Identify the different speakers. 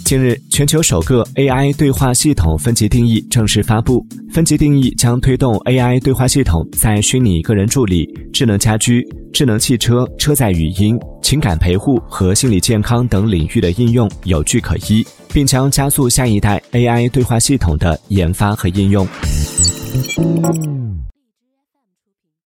Speaker 1: 近日，全球首个 AI 对话系统分级定义正式发布。分级定义将推动 AI 对话系统在虚拟个人助理、智能家居、智能汽车、车载语音、情感陪护和心理健康等领域的应用有据可依，并将加速下一代 AI 对话系统的研发和应用。